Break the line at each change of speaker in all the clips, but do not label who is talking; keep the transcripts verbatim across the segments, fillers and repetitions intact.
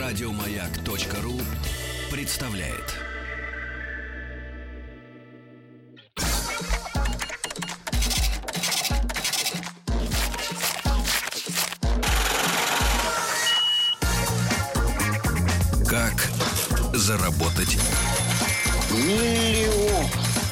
Радиомаяк.ру представляет. Как заработать миллион?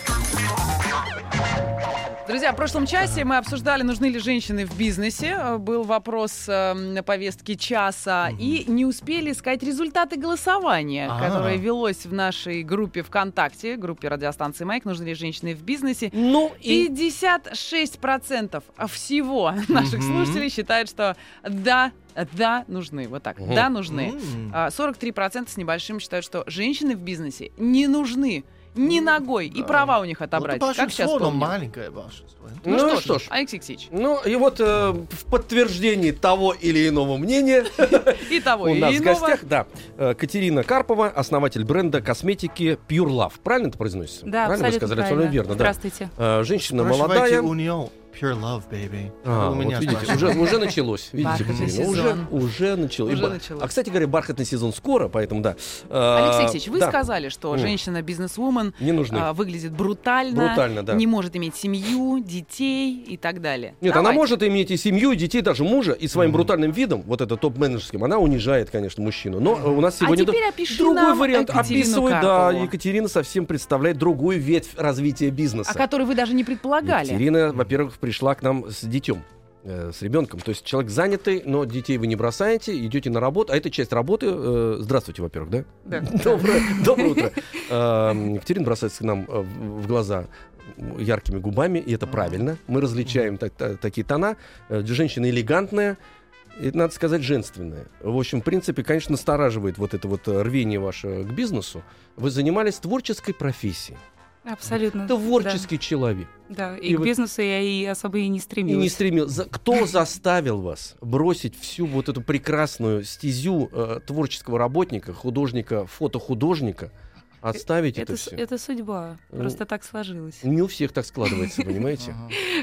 Друзья, в прошлом часе мы обсуждали, нужны ли женщины в бизнесе. Был вопрос э, на повестке часа. Mm-hmm. И не успели сказать результаты голосования, А-а-а. которое велось в нашей группе ВКонтакте, группе радиостанции «Маяк». Нужны ли женщины в бизнесе? Ну, пятьдесят шесть процентов всего mm-hmm. наших слушателей считают, что да, да, нужны. Вот так. Mm-hmm. Да, нужны. Mm-hmm. сорок три процента с небольшим считают, что женщины в бизнесе не нужны. Ни ногой, да. И права у них отобрать.
Ну,
как сейчас помню.
Маленькое большинство.
Ну, ну что, что ж, Алексей Алексеевич.
Ну, и вот э, в подтверждении того или иного мнения
и того
у
или
нас
иного.
в гостях, да, Катерина Карпова, основатель бренда косметики Pure Love. Правильно это произносится?
Да,
правильно
абсолютно
вы сказали,
правильно.
Верно,
Здравствуйте.
Да. Женщина молодая.
У нее Pure Love, baby.
А, у меня вот видите, уже, уже началось. Видите, Катерина, уже, уже началось.
Уже началось.
А, кстати говоря, бархатный сезон скоро, поэтому да.
Алексей Алексеевич, вы
да.
сказали, что mm. женщина-бизнесвумен
не нужны.
А, выглядит брутально,
брутально да.
не может иметь семью, детей и так далее.
Нет,
Давайте.
Она может иметь и семью, и детей, даже мужа, и своим mm. брутальным видом, вот это топ-менеджерским, она унижает, конечно, мужчину. Но у нас сегодня
а теперь опиши
другой
нам
вариант.
Описывай,
да, Екатерина совсем представляет другую ветвь развития бизнеса.
О которой вы даже не предполагали.
Екатерина, во-первых, пришла к нам с детем. С ребенком. То есть человек занятый, но детей вы не бросаете, идете на работу. А это часть работы. Здравствуйте, во-первых, да?
Да.
Доброе, доброе утро. Екатерина бросается к нам в глаза яркими губами, и это правильно. Мы различаем так, так, такие тона. Женщина элегантная, и, надо сказать, женственная. В общем, в принципе, конечно, настораживает вот это вот рвение ваше к бизнесу. Вы занимались творческой профессией.
Абсолютно.
Творческий
да.
человек.
Да, и,
и
к
вот,
бизнесу я и особо и не стремилась.
И не стремилась. Кто заставил вас бросить всю вот эту прекрасную стезю э, творческого работника, художника, фотохудожника, отставить это, это все?
Это судьба. Просто так сложилось.
Не у всех так складывается, понимаете?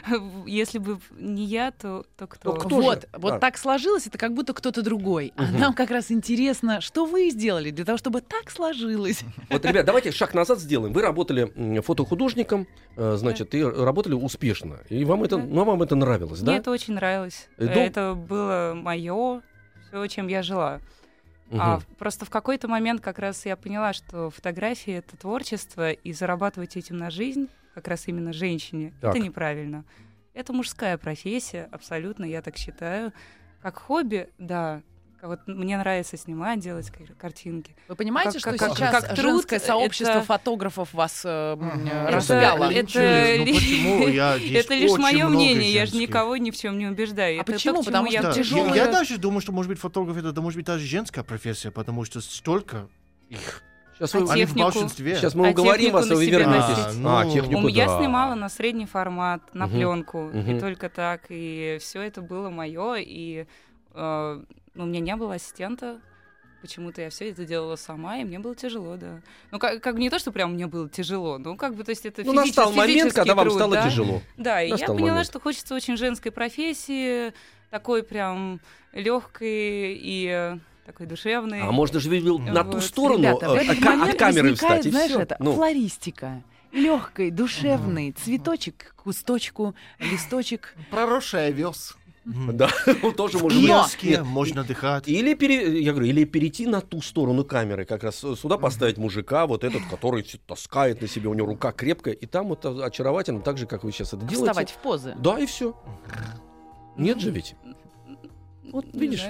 Если бы не я, то, то кто?
Вот, вот так сложилось, это как будто кто-то другой. А нам как раз интересно, что вы сделали для того, чтобы так сложилось.
Вот, ребят, давайте шаг назад сделаем. Вы работали фотохудожником, значит, и работали успешно. И вам это, ну, вам это нравилось, да?
Мне это очень нравилось. Это было мое, все, чем я жила. Угу. А просто в какой-то момент как раз я поняла, что фотография — это творчество, и зарабатывать этим на жизнь, как раз именно женщине, так. это неправильно. Это мужская профессия, абсолютно, я так считаю. Как хобби, да, вот мне нравится снимать, делать картинки.
Вы понимаете,
как,
что
как,
сейчас
как, как
женское
труд,
сообщество
это...
фотографов вас э,
это,
распяло?
Это, это лишь мое мнение, я же никого ни в чем не убеждаю.
А
это
почему?
То,
Потому что
я...
тяжелые...
Я, я даже думаю, что, может быть, фотограф — это, может быть, даже женская профессия, потому что столько их.
Сейчас,
а
вы,
технику,
в большинстве. Сейчас мы уговорим
а
вас, и вы вернетесь.
А, ну,
а, технику,
я
да.
снимала на средний формат, на угу. пленку, угу. и только так. И все это было мое, и э, у меня не было ассистента. Почему-то я все это делала сама, и мне было тяжело, да. Ну, как, как бы не то, что прям мне было тяжело, ну, как бы, то есть это
ну,
физический,
настал момент, когда вам
труд,
стало
да?
тяжело.
Да, и
настал
я поняла,
момент.
что хочется очень женской профессии, такой прям легкой и такой душевный.
А можно же вот. на ту сторону
Ребята,
э, от камеры встать, и
знаешь,
всё.
это
ну.
флористика. Легкой, душевный, цветочек к кусточку, листочек.
Проросший овес.
Да, тоже можно
быть. Можно дыхать.
Или, пере, я говорю, или перейти на ту сторону камеры, как раз сюда поставить мужика, вот этот, который таскает на себе, у него рука крепкая, и там вот очаровательно, так же, как вы сейчас это делаете.
Вставать в позы.
Да, и все. Нет же ведь. Вот видишь,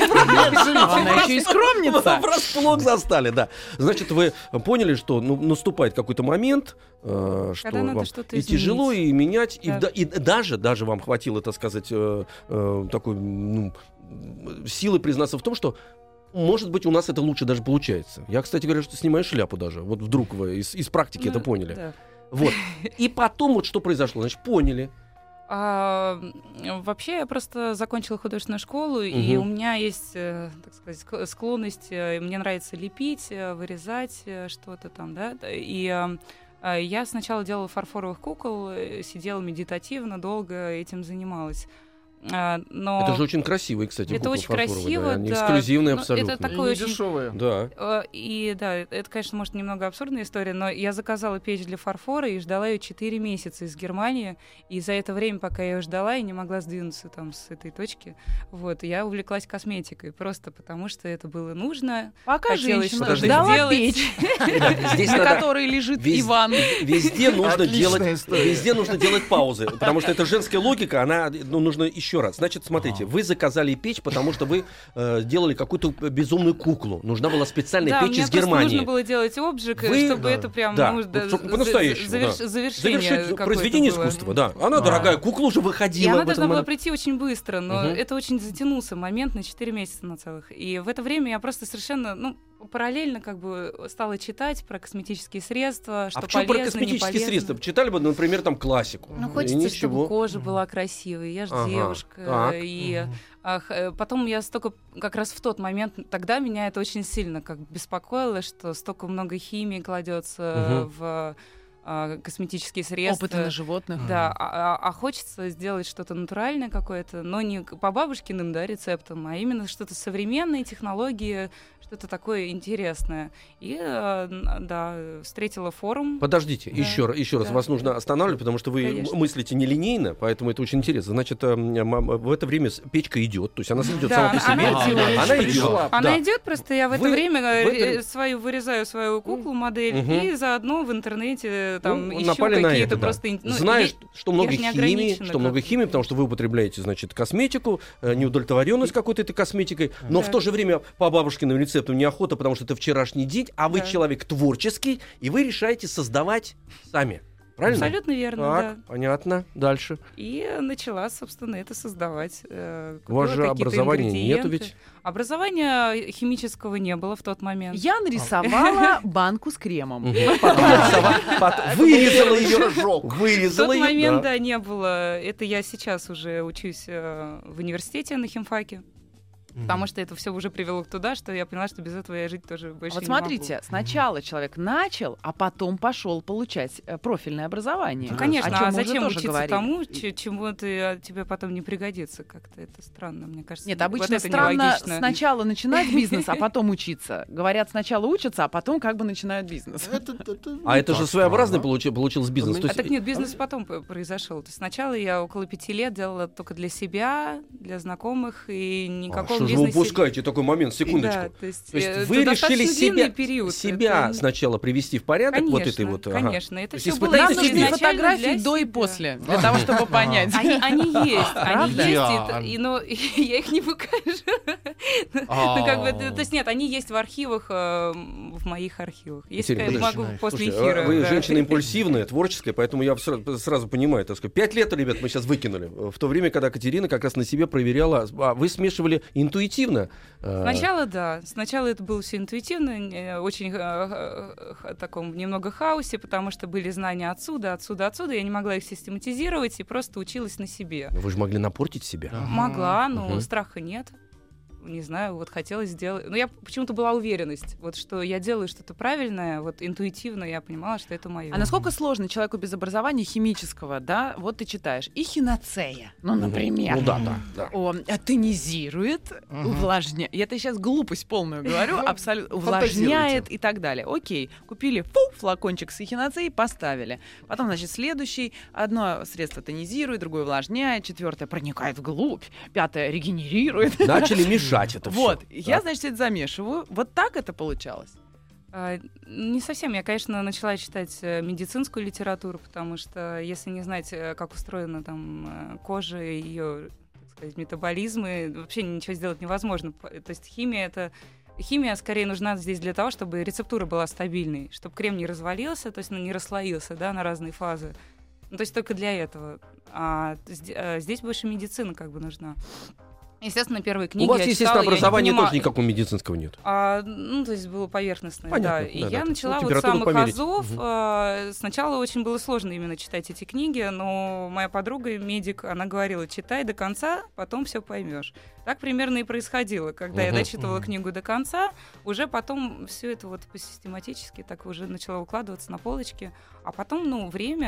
она еще и скромница.
Врасплох застали, да. Значит, вы поняли, что ну, наступает какой-то момент, э, что вам и тяжело, и менять, да. и, да, и даже, даже вам хватило, так сказать, э, э, такой ну, силы признаться в том, что может быть, у нас это лучше даже получается. Я, кстати говоря, что снимаю шляпу даже. Вот вдруг вы из, из практики ну, это поняли. Да. Вот. И потом вот что произошло. Значит, поняли.
А, вообще я просто закончила художественную школу, угу. и у меня есть, так сказать, склонность, мне нравится лепить, вырезать что-то там, да, и я сначала делала фарфоровых кукол, сидела медитативно, долго этим занималась. Но
это же очень красивые, кстати,
это очень красиво,
да, они
да.
эксклюзивные абсолютно.
Это такое очень
дешевое.
Да.
И да, это, конечно, может, немного абсурдная история, но я заказала печь для фарфора и ждала ее четыре месяца из Германии, и за это время, пока я ее ждала, я не могла сдвинуться там с этой точки, вот, я увлеклась косметикой, просто потому что это было нужно.
Пока
хотелось
женщина ждала печь, на которой лежит Иван.
Везде нужно делать, везде нужно делать паузы, потому что это женская логика, она, ну, нужно еще раз. Значит, смотрите, вы заказали печь, потому что вы э, делали какую-то безумную куклу. Нужна была специальная
да,
печь из
Германии.
Да,
нужно было делать обжиг,
вы,
чтобы
да,
это прям
да,
ну, да,
по-настоящему,
заверш,
да.
завершение
Завершить произведение
было.
искусства, да. Она а. дорогая, кукла уже выходила.
И она
в
должна
этом
была прийти очень быстро, но
угу.
это очень затянулся момент на четыре месяца на целых. И в это время я просто совершенно, ну, параллельно как бы стала читать про косметические средства, что
а почему
полезно,
про косметические
не полезно.
средства? Читали бы, например, там классику.
Ну, хочется, чтобы кожа была красивой. Я же ага. девушка. Так. И ах, потом я столько, как раз в тот момент, тогда меня это очень сильно как беспокоило, что столько много химии кладется угу. в косметические средства.
Опыты на животных.
Да, а, а хочется сделать что-то натуральное какое-то, но не по бабушкиным, да, рецептам, а именно что-то современные технологии, что-то такое интересное. И, да, встретила форум.
Подождите,
да.
еще, еще раз,
да.
вас нужно останавливать, потому что вы
Конечно.
мыслите нелинейно, поэтому это очень интересно. Значит, в это время печка идет, то есть она идет
да,
сама по себе.
Она,
она, она идет.
Она
да.
идет, просто я в это
вы,
время
в это...
свою вырезаю свою куклу, модель,
угу.
и заодно в интернете там
ну,
ищу какие-то
это,
просто...
Да.
Ну,
Знаешь,
я,
что много химии, что много
как...
химии, потому что вы употребляете, значит, косметику, неудовлетворенность какой-то этой косметикой, но да. в то же время по бабушкиным рецептам неохота, потому что это вчерашний день, а вы да. человек творческий, и вы решаете создавать сами. Правильно?
Абсолютно верно,
так,
да.
Понятно. Дальше.
И начала, собственно, это создавать.
У вас же образования нету ведь?
Образования химического не было в тот момент.
Я нарисовала банку с кремом.
Вырезала ее.
В тот момент, да, не было. Это я сейчас уже учусь в университете на химфаке. Mm-hmm. Потому что это все уже привело туда, что я поняла, что без этого я жить тоже больше
вот
не
смотрите,
могу.
Сначала человек начал, а потом пошел получать э, профильное образование.
Ну, конечно,
о чем
а зачем учиться
говорили.
тому, ч- чему ты, тебе потом не пригодится? Как-то это странно, мне кажется.
Нет, обычно
вот это
странно
нелогично.
Сначала начинать бизнес, а потом учиться. Говорят, сначала учатся, а потом как бы начинают бизнес.
А это же своеобразный получился бизнес.
А так нет, бизнес потом произошел. То есть сначала я около пяти лет делала только для себя, для знакомых, и никакого
бизнеса. Что же вы упускаете такой момент, секундочку.
Да, то есть,
то есть вы решили себя,
период,
себя
это...
сначала привести в порядок,
конечно,
вот этой вот.
Конечно,
ага.
это
все
было.
Нам нужны фотографии до и после, для того, чтобы понять.
Они есть, они есть, но я их не покажу. Ну как бы, то есть нет, они есть в архивах, в моих архивах. Если я могу после эфира.
Вы женщина импульсивная, творческая, поэтому я сразу понимаю, так сказать, пять лет, ребят, мы сейчас выкинули. В то время, когда Катерина как раз на себе проверяла, вы смешивали интуитивно.
Сначала да, сначала это было все интуитивно, очень в таком немного хаосе, потому что были знания отсюда, отсюда, отсюда, я не могла их систематизировать и просто училась на себе.
Вы же могли напортить себя.
Могла, но угу. страха нет. Не знаю, вот хотелось сделать... Но я почему-то была уверенность, вот, что я делаю что-то правильное, вот интуитивно я понимала, что это мое.
А насколько сложно человеку без образования химического, да, вот ты читаешь, эхиноцея, ну, например,
ну, да, да, да.
Он тонизирует, угу. увлажняет, я-то сейчас глупость полную говорю, абсолютно, увлажняет и так далее. Окей, купили фу, флакончик с эхиноцеей, поставили. Потом, значит, следующий, одно средство тонизирует, другое увлажняет, четвертое проникает вглубь, пятое регенерирует.
Начали мешать. Это
вот,
все,
я,
да?
значит, это замешиваю. Вот так это получалось?
А, не совсем. Я, конечно, начала читать медицинскую литературу, потому что если не знать, как устроена там кожа, ее, так сказать, метаболизмы, вообще ничего сделать невозможно. То есть химия — это... Химия скорее нужна здесь для того, чтобы рецептура была стабильной, чтобы крем не развалился, то есть ну, не расслоился, да, на разные фазы. Ну, то есть только для этого. А здесь больше медицина как бы нужна. Естественно, первые книги
у вас,
я
естественно,
читала,
образования
я не
тоже никакого медицинского нет.
А, ну, то есть было поверхностное,
понятно,
да. И
да,
я
да,
начала
ну,
вот с самых
померить.
азов.
Угу.
А, сначала очень было сложно именно читать эти книги, но моя подруга, медик, она говорила, читай до конца, потом все поймешь. Так примерно и происходило. Когда угу. я дочитывала угу. книгу до конца, уже потом все это вот систематически так уже начало укладываться на полочки. А потом, ну, время...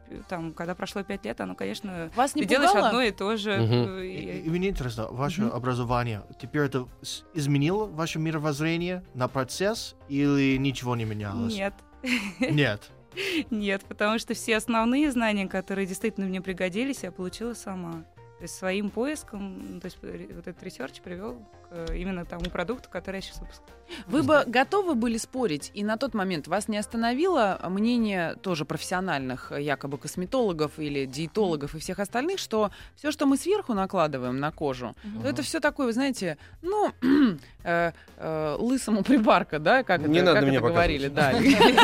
там, когда прошло пять лет, оно, конечно,
Вас не
ты делаешь
пугало?
одно и то же.
Мгм.
И-
И, и мне интересно, ваше
Мгм.
образование, теперь это с- изменило ваше мировоззрение на процесс или ничего не менялось?
Нет.
Нет.
Нет, потому что все основные знания, которые действительно мне пригодились, я получила сама. То есть своим поиском, ну, то есть ре- вот этот ресерч привел к именно тому продукту, который я сейчас выпускаю.
Вы бы готовы были спорить, и на тот момент вас не остановило мнение тоже профессиональных э, якобы косметологов или диетологов и всех остальных, что все, что мы сверху накладываем на кожу,
Мгм.
то это все такое, вы знаете, ну, э, э, лысому прибарка, да, как
Не
это,
надо
как
меня
это говорили, да.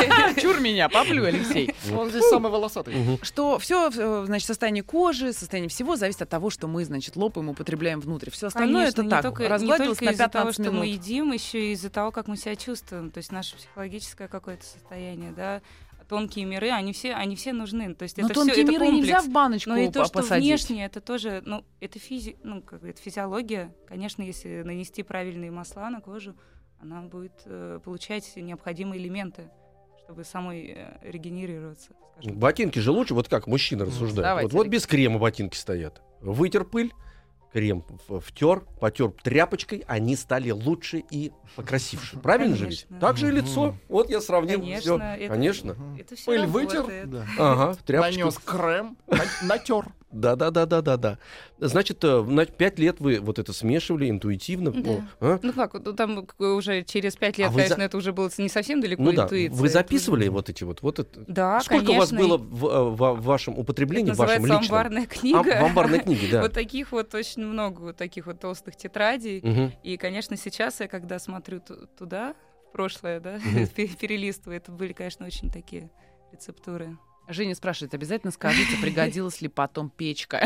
Чур меня, поплю, Алексей.
Он здесь самый волосатый.
Мгм.
Что все, значит, состояние кожи, состояние всего зависит от того, что мы, значит, лопаем, употребляем внутрь. Все остальное
Конечно,
это
не
так,
только, не
разгладилось
только
на
из-за того,
пятнадцать
что мы
минут.
едим, еще и из-за того, как мы себя чувствуем. То есть наше психологическое какое-то состояние, да, тонкие миры, они все, они все нужны. То есть
Но
это
тонкие
все, это
миры
комплекс.
нельзя в баночку
Но и то,
по-
что
посадить.
внешнее, это тоже, ну, это, физи... ну, как бы, это физиология. Конечно, если нанести правильные масла на кожу, она будет э, получать необходимые элементы, чтобы самой э, регенерироваться. скажем так.
Ботинки же лучше, вот как мужчина рассуждает.
Давайте,
Вот, вот
Алексей.
без крема ботинки стоят. Вытер пыль, крем в- втер, потер тряпочкой, они стали лучше и покрасивше. Правильно же ведь?
Конечно.
Так же и лицо. Вот я сравнил.
Конечно,
всё.
это-
Конечно.
Это все
Пыль вытер?
Да.
Ага, тряпочкой.
Нанес крем, на- натер.
Да, да, да, да, да, да. Значит, э, на пять лет вы вот это смешивали интуитивно.
Да.
Ну, а?
Ну как, ну, там к- уже через пять лет,
А вы за-
конечно, это уже было не совсем далеко
Ну да.
интуиция.
Вы
Это
записывали
уже-
вот эти вот, вот это?
Да,
Сколько у вас
конечно,
было
и
в, э, в- в вашем
это
употреблении, в вашем
называется
личном?
амбарная
А,
книга.
в амбарной книге, да.
Вот таких вот очень много, вот таких вот толстых тетрадей.
Мгм.
И, конечно, сейчас я, когда смотрю ту- туда, в прошлое, да,
Мгм.
пе- перелистываю, это были, конечно, очень такие рецептуры.
Женя спрашивает, обязательно скажите, пригодилась ли потом печка.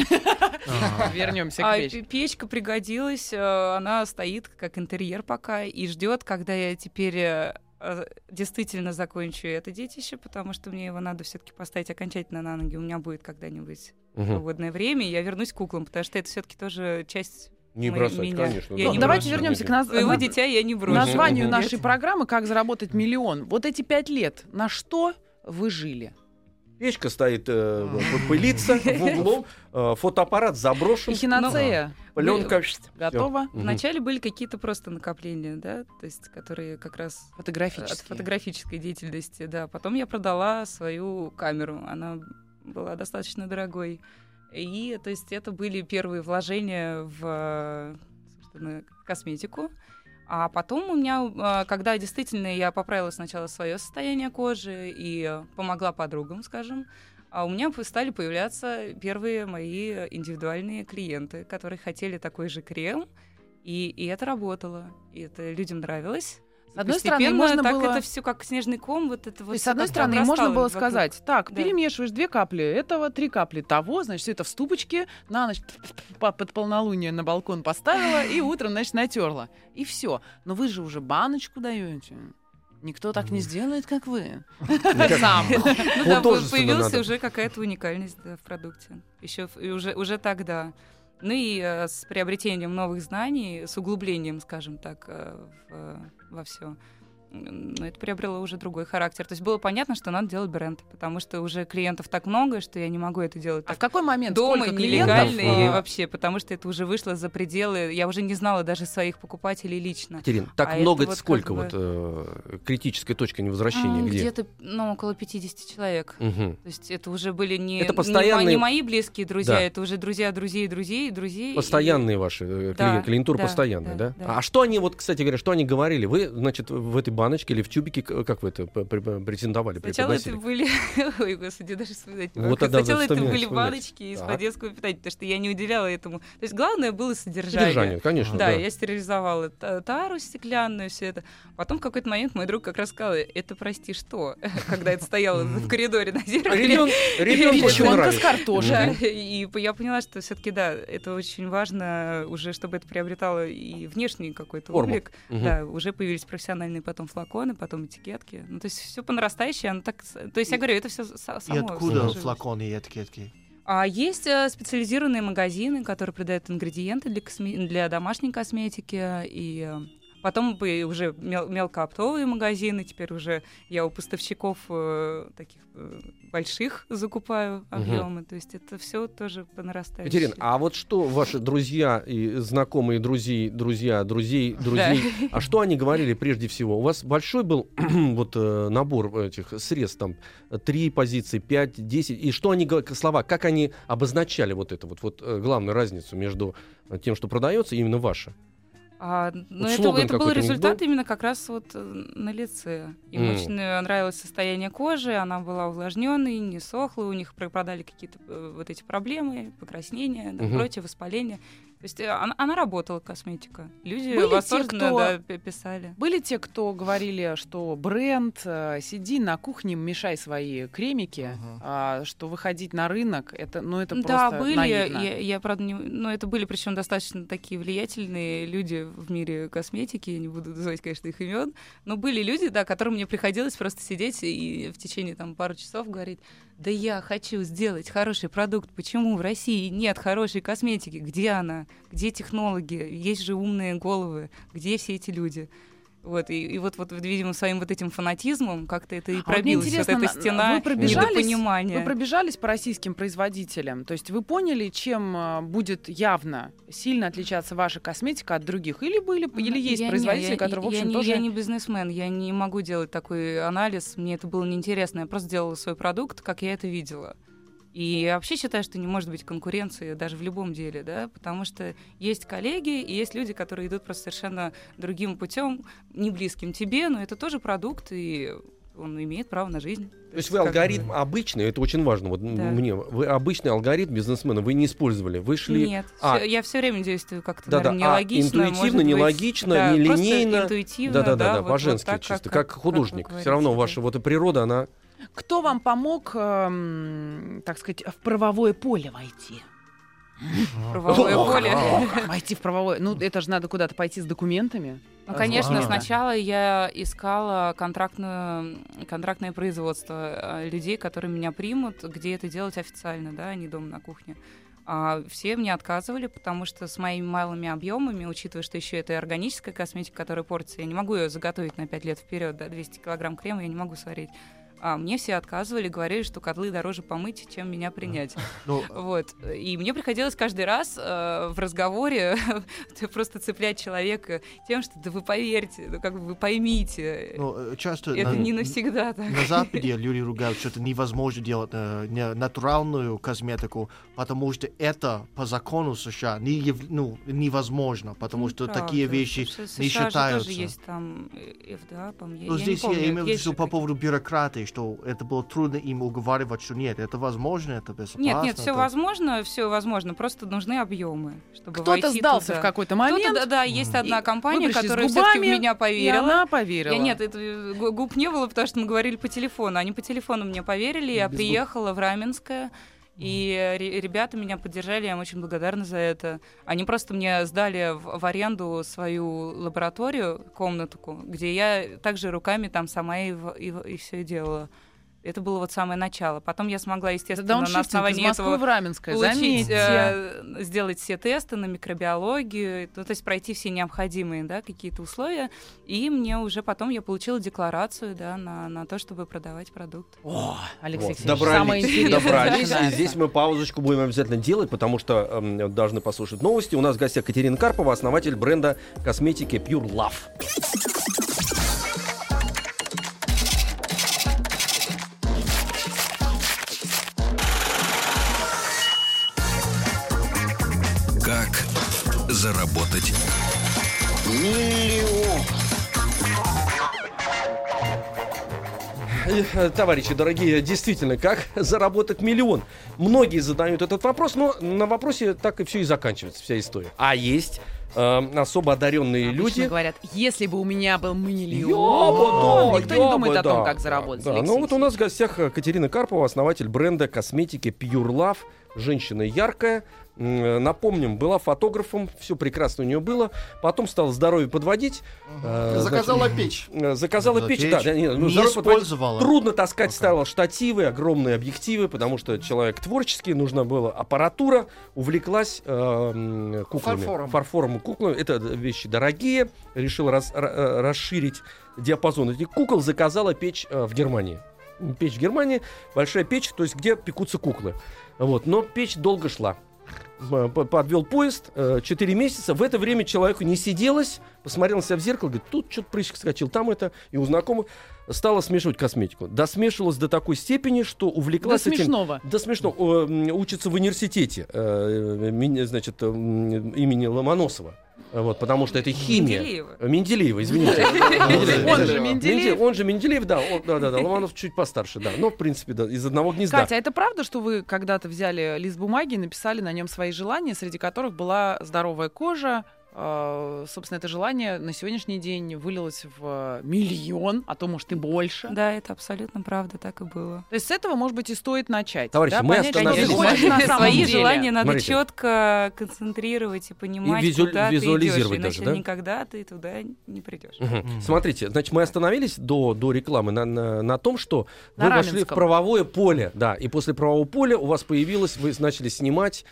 Ага.
Вернемся
А
к печке.
пе- печка пригодилась, э, она стоит как интерьер пока и ждет, когда я теперь э, э, действительно закончу это детище, потому что мне его надо все-таки поставить окончательно на ноги. У меня будет когда-нибудь
Мгм.
свободное время, и я вернусь к куклам, потому что это все-таки тоже часть
Не
мы-
бросать,
меня.
конечно.
Я
Ну,
не
давайте
брошу.
вернемся к наз-
своего
на-
дитя, я не брошу.
названию
Мгм.
нашей программы «Как заработать миллион». Вот эти пять лет, на что вы жили?
Печка стоит, э, п- пылится в углу, э, фотоаппарат заброшен,
Эхиноцея
пленка.
готова?
Вначале были какие-то просто накопления, да, то есть которые как раз от
Фотографические.
фотографической деятельности, да. Потом я продала свою камеру, она была достаточно дорогой. И, то есть, это были первые вложения в, собственно, косметику. А потом у меня, а, когда действительно я поправила сначала свое состояние кожи и э, помогла подругам, скажем, а у меня п- стали появляться первые мои индивидуальные клиенты, которые хотели такой же крем, и, и это работало, и это людям нравилось.
С одной стороны,
Постепенно
можно
так
было...
это все как снежный ком, вот это
То
вот
есть, с
всё
одной
как-то
стороны, можно
обрастало
было
вокруг.
сказать, так,
Да.
перемешиваешь две капли этого, три капли того, значит, все это в ступочке, на ночь по- под полнолуние на балкон поставила и утром, значит, натерла. И все. Но вы же уже баночку даете. Никто так не сделает, как вы. Сам.
Ну да,
Художественно
появилась
надо.
уже какая-то уникальность да, в продукте. Еще в- и уже, уже тогда. Ну и э, с приобретением новых знаний, с углублением, скажем так, э, в- во все. Но это приобрело уже другой характер. То есть было понятно, что надо делать бренд, потому что уже клиентов так много, что я не могу это делать
А
так
в какой момент?
дома,
Сколько клиентов?
нелегально и
А.
вообще, потому что это уже вышло за пределы. Я уже не знала даже своих покупателей лично.
Катерин, так
А
много,
это
это
вот
сколько
как бы-
вот э, критическая точка невозвращения?
М,
Где?
Где-то ну, около пятьдесят человек.
Мгм.
То есть это уже были не,
Это
не
постоянные-
мо- не мои близкие друзья,
Да.
это уже друзья друзей, друзей, друзей.
Постоянные ваши э,
Да,
клиенты, клиентура
да,
постоянная, да,
да, да.
А что они, вот, кстати говоря, что они говорили? Вы, значит, в этой баночке или в тюбике, к- как вы это п- при- претендовали,
Сначала это
преподносили?
были... Ой, господи, даже вспоминать не
Вот
могу.
тогда
Сначала это
вспоминать,
были
вспоминать.
баночки из-под
Так.
детского питания, потому что я не уделяла этому. То есть главное было содержание.
Содержание, конечно,
Да,
да.
я стерилизовала та- тару стеклянную, все это. Потом в какой-то момент мой друг как раз сказал, это, прости, что? Когда это стояло в коридоре на зеркале.
Ребен- Ребенку очень
Печенка с
нравится.
Да,
картошкой.
и я поняла, что все-таки да, это очень важно уже, чтобы это приобретало и внешний какой-то
Форму.
облик.
Мгм.
Да, уже появились профессиональные потом флаконы, потом этикетки. Ну, то есть все по нарастающей, оно так... То есть я говорю, это все само
И откуда
сложилось.
флаконы и этикетки?
А есть э, специализированные магазины, которые продают ингредиенты для, косме- для домашней косметики, и э, Потом были уже мел- мелкооптовые магазины, теперь уже я у поставщиков э, таких э, больших закупаю объемы. Угу. То есть это все тоже по нарастающей.
Екатерина, а вот что ваши друзья и знакомые друзей, друзья, друзей, друзей, да. а что они говорили прежде всего? У вас большой был вот набор этих средств, там, три позиции, пять, десять, и что они, слова, как они обозначали вот это вот, вот главную разницу между тем, что продается, и именно ваше?
А, ну, вот это, это был результат был? именно как раз вот на лице. Им mm. очень нравилось состояние кожи, она была увлажненной, не сохла, у них пропадали какие-то вот эти проблемы, покраснения, да, mm-hmm. прочее, воспаление. То есть она, она работала, косметика. Люди были восторженно те, кто... да, писали.
Были те, кто говорили, что бренд, сиди на кухне, мешай свои кремики, uh-huh. а, что выходить на рынок, это, ну, это
да,
просто
были,
наивно.
Я, я, правда, не... Но это были, причем достаточно такие влиятельные люди в мире косметики, я не буду называть, конечно, их имен, но были люди, да, которым мне приходилось просто сидеть и в течение там пару часов говорить: да я хочу сделать хороший продукт, почему в России нет хорошей косметики, где она? Где технологи? Есть же умные головы. Где все эти люди? Вот, и, и вот, вот, видимо, своим вот этим фанатизмом как-то это и пробилось. А вот эта стена вы недопонимания.
Вы пробежались по российским производителям? То есть вы поняли, чем будет явно сильно отличаться ваша косметика от других? Или были, или есть я производители, не, я, которые, в общем,
я,
тоже...
Я не бизнесмен, я не могу делать такой анализ, мне это было неинтересно. Я просто делала свой продукт, как я это видела. И я вообще считаю, что не может быть конкуренции даже в любом деле, да, потому что есть коллеги и есть люди, которые идут просто совершенно другим путем, не близким тебе, но это тоже продукт, и он имеет право на жизнь.
То есть вы алгоритм как... обычный, это очень важно, вот да. мне, вы обычный алгоритм бизнесмена вы не использовали, вы шли...
Нет,
а...
всё, я все время действую как-то,
да,
наверное,
да.
нелогично.
А интуитивно, нелогично, да, нелинейно.
Интуитивно,
да, да, да, да,
вот,
по-женски
вот так,
чисто,
как,
как художник.
Как
все равно ваша вот и природа, она...
Кто вам помог, эм, так сказать, в правовое поле войти?
Правовое поле?
Войти в правовое... Ну, это же надо куда-то пойти с документами.
Ну, конечно, сначала я искала контрактную, контрактное производство людей, которые меня примут, где это делать официально, да, а не дома на кухне. А все мне отказывали, потому что с моими малыми объемами, учитывая, что еще это и органическая косметика, которая портится, я не могу ее заготовить на пять лет вперед, да, двести килограмм крема я не могу сварить. А мне все отказывали, говорили, что котлы дороже помыть, чем меня принять. Ну, вот. И мне приходилось каждый раз э, в разговоре просто цеплять человека тем, что да вы поверьте, ну как бы вы поймите.
Ну, часто
это
на,
не навсегда так.
На Западе люди ругают, что это невозможно делать э, не, натуральную косметику, потому что это по закону США не, яв, ну, невозможно, потому что
Правда.
Такие вещи
США
не считаются.
Тоже есть там эф ди а, по-моему.
Ну,
я
здесь
не помню,
я имею в виду по поводу бюрократии, что это было трудно им уговаривать, что нет, это возможно, это безопасно.
Нет, нет, все
это...
возможно, все возможно, просто нужны объемы, чтобы
Кто-то
войти
сдался
туда.
в какой-то момент.
Кто-то, да, да, есть одна компания, которая
губами,
все-таки в меня поверила.
И она поверила.
Я, нет, это, губ не было, потому что мы говорили по телефону. Они по телефону мне поверили, я Без приехала губ. в Раменское, и ребята меня поддержали, я им очень благодарна за это. Они просто мне сдали в, в аренду свою лабораторию, комнатку, где я также руками там сама и, и, и все делала. Это было вот самое начало. Потом я смогла, естественно, на основании этого
в Раменское,
получить, э, сделать все тесты на микробиологию, то, то есть пройти все необходимые, да, какие-то условия. И мне уже потом я получила декларацию, да, на, на то, чтобы продавать продукт.
О, Алексей
вот.
Алексеевич,
добрались,
самое интересное.
Добрались. И здесь мы паузочку будем обязательно делать, потому что э, должны послушать новости. У нас в гостях Катерина Карпова, основатель бренда косметики Pure Love.
Заработать
миллион. Товарищи дорогие, действительно, как заработать миллион? Многие задают этот вопрос, но на вопросе так и все и заканчивается, вся история. А есть э, особо одаренные
Обычно
люди.
говорят, если бы у меня был миллион,
я бы,
никто
я
не думает
бы,
о том,
да,
как заработать.
Да, ну вот у нас в гостях Катерина Карпова, основатель бренда косметики Pure Love. Женщина яркая, напомним, была фотографом, все прекрасно у нее было. Потом стала здоровье подводить.
Угу. Э, заказала значит, печь.
Заказала печь, печь, да. Не, ну,
не использовала.
Трудно таскать okay. стало штативы, огромные объективы, потому что человек творческий, нужна была аппаратура. Увлеклась э, куклами.
Фарфором.
Фарфором и куклами. Это вещи дорогие. Решила раз, р- расширить диапазон этих кукол. Заказала печь э, в Германии. Печь в Германии, большая печь, то есть где пекутся куклы. Вот. Но печь долго шла. Подвел поезд, четыре месяца. В это время человеку не сиделось, посмотрел на себя в зеркало, говорит, тут что-то прыщик скачил, там это, и у знакомых стала смешивать косметику. Досмешивалась до такой степени, что увлеклась
до
этим...
смешного.
До смешного. Учится в университете, значит, имени Ломоносова. Вот, потому что это химия.
Менделеева.
Менделеева, извините.
Он же Менделеев.
Он же Менделеев, да. Да, да, да. Ломоносов чуть постарше, да. Но, в принципе, да, из одного гнезда.
Катя, а это правда, что вы когда-то взяли лист бумаги и написали на нем свои желания, среди которых была здоровая кожа? Собственно, это желание на сегодняшний день вылилось в миллион, а то, может, и больше.
Да, это абсолютно правда, так и было.
То есть с этого, может быть, и стоит начать.
Товарищи,
да?
мы
Понять,
остановились.
что ты хочешь на самом
Свои
деле.
желания надо
Смотрите.
четко концентрировать и понимать,
И визу-
куда ты идешь,
визуализировать
иначе
даже, да?
никогда ты туда не придешь.
Угу. Mm. Смотрите, значит, мы остановились до, до рекламы на, на, на том, что
На
вы вошли в
Раменском.
правовое поле, да, и после правового поля у вас появилось, вы начали снимать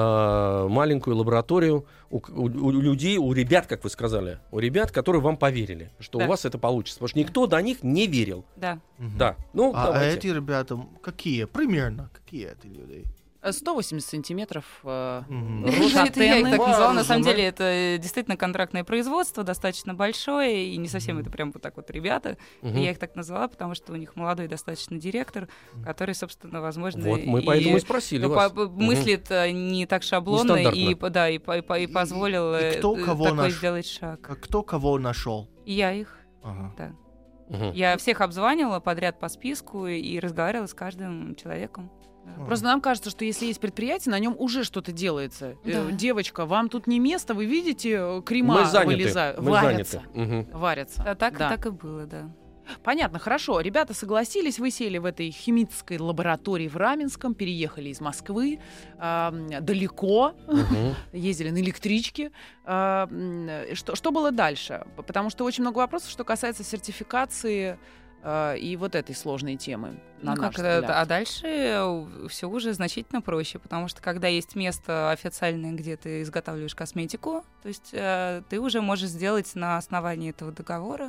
э, маленькую лабораторию у, у, у людей, у ребят, как вы сказали, у ребят, которые вам поверили, что
Да.
у вас это получится, потому что никто до них не верил.
Да.
Мгм.
Да, ну
А, а
давайте.
эти ребята какие? Примерно какие эти люди?
сто восемьдесят сантиметров. э,
Мгм.
рост
Ну, это я их
антенны.
так назвала. На
Боже
самом
мой.
деле это действительно контрактное производство, достаточно большое, и не совсем это прям вот так вот ребята.
Мгм.
Я их так назвала, потому что у них молодой достаточно директор, который, собственно, возможно,
Вот мы
и,
поэтому и спросили
ну,
вас.
по-
Мгм.
мыслит э, не так шаблонно
Нестандартно.
и, по- да, и, по- и по- и позволил
И
э,
кто
э,
кого
такой
наш-
сделать шаг.
А кто кого нашел?
И я их.
Ага.
Мгм.
Я всех обзванивала подряд по списку и, и разговаривала с каждым человеком. Да.
Просто нам кажется, что если есть предприятие, на нем уже что-то делается. Э,
Да.
Девочка, вам тут не место, вы видите, э, крема
Мы заняты.
вылезают,
Мы
варятся.
заняты. Мгм.
Варятся.
Да, так,
Да.
так и было, да.
Понятно, хорошо. Ребята согласились, вы сели в этой химической лаборатории в Раменском, переехали из Москвы э, далеко,
Мгм.
ездили на электричке. Э, м, что, что было дальше? Потому что очень много вопросов, что касается сертификации э, и вот этой сложной темы. На
Ну
наш
как, э,
взгляд.
а дальше все уже значительно проще, потому что когда есть место официальное, где ты изготавливаешь косметику, то есть э, ты уже можешь сделать на основании этого договора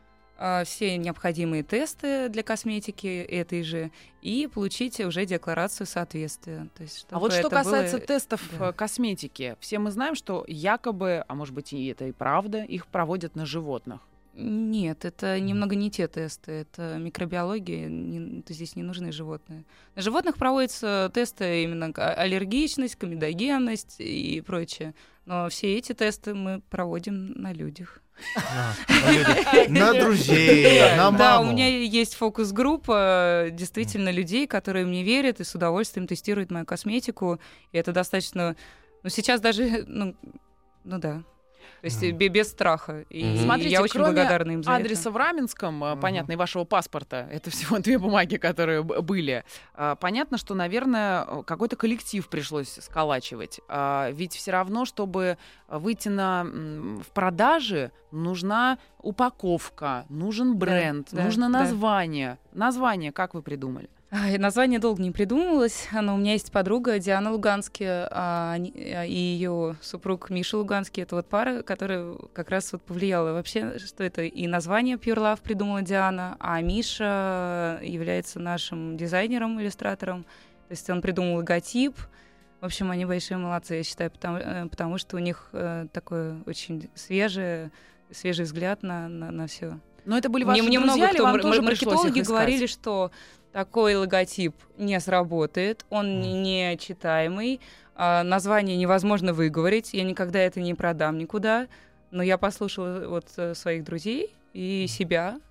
э, все необходимые тесты для косметики этой же и получить уже декларацию соответствия. То есть,
А вот
чтобы
что
это было-
касается тестов
да.
э, косметики, все мы знаем, что якобы, а может быть и это и правда, их проводят на животных.
Нет, это немного не те тесты, это микробиология, не- то здесь не нужны животные. На животных проводятся тесты именно к- аллергичность, комедогенность и прочее, но все эти тесты мы проводим на людях.
А, на люди. На друзей, на
Да, у
маму.
меня есть фокус-группа действительно людей, которые мне верят и с удовольствием тестируют мою косметику, и это достаточно, ну сейчас даже, ну, ну да. То есть
Мгм.
бе- без страха. И
Мгм.
Смотрите,
я очень
кроме
благодарна им за
адреса
это.
в Раменском, э,
Мгм.
понятно, и вашего паспорта, это всего две бумаги, которые б- были. А, Понятно, что, наверное, э, какой-то коллектив пришлось сколачивать. А, Ведь все равно, чтобы выйти на, м, в продажи, нужна упаковка, нужен бренд,
да,
нужно
да.
название. Название как вы придумали?
Ай, название долго не придумывалось, но у меня есть подруга Диана Луганский а, они- а, и ее супруг Миша Луганский. Это вот пара, которая как раз вот повлияла вообще, что это и название Pure Love придумала Диана, а Миша является нашим дизайнером, иллюстратором. То есть он придумал логотип. В общем, они большие молодцы, я считаю, потому, э, потому что у них э, такой очень свежий, свежий взгляд на, на, на все.
Но это были ваши
Мне, мне
друзья,
много
или
кто,
вам
мар-
тоже
мар-
пришлось их
маркетологи
искать?
говорили, что такой логотип не сработает, он не не читаемый, а, название невозможно выговорить, я никогда это не продам никуда, но я послушала вот э, своих друзей и себя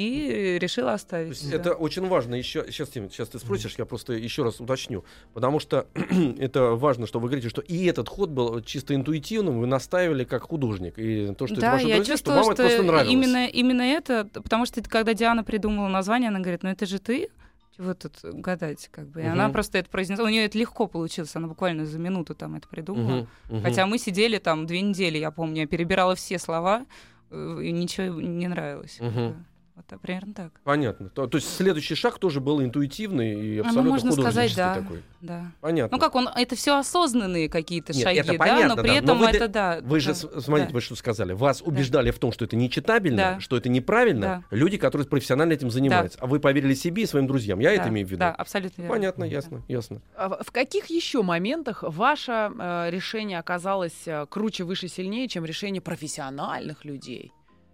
и решила
То
оставить.
есть
да.
это очень важно. Еще сейчас, Тим, сейчас ты спросишь, я просто еще раз уточню, потому что это важно, что вы говорите, что и этот ход был чисто интуитивным, вы настаивали как художник, и то, что это
Да,
ваши
я
друзья, что
чувствую,
вам это просто нравилось.
именно, именно это, потому что когда Диана придумала название, она говорит, ну это же ты, чего тут гадать, как бы. И
угу.
она просто это произнесла. У нее это легко получилось, она буквально за минуту там это придумала.
Угу. Угу.
Хотя мы сидели там две недели, я помню, я перебирала все слова, и ничего не нравилось.
Угу.
Вот, а примерно так.
Понятно. То, то есть следующий шаг тоже был интуитивный и абсолютно
ну, можно
художественный
сказать, да,
такой.
Да.
Понятно.
Ну как он, это все осознанные какие-то
Нет,
шаги,
это
да,
понятно,
но при
да.
этом
но вы,
это, да.
Вы же,
да,
смотрите,
да.
вы что сказали, вас убеждали да. в том, что это нечитабельно,
да.
что это неправильно, да. люди, которые профессионально этим занимаются. Да. А вы поверили себе и своим друзьям. Я
да.
это имею в виду.
Да, абсолютно верно.
Понятно, ясно,
да.
ясно.
А в каких еще моментах ваше э, решение оказалось э, круче, выше, сильнее, чем решение профессиональных людей?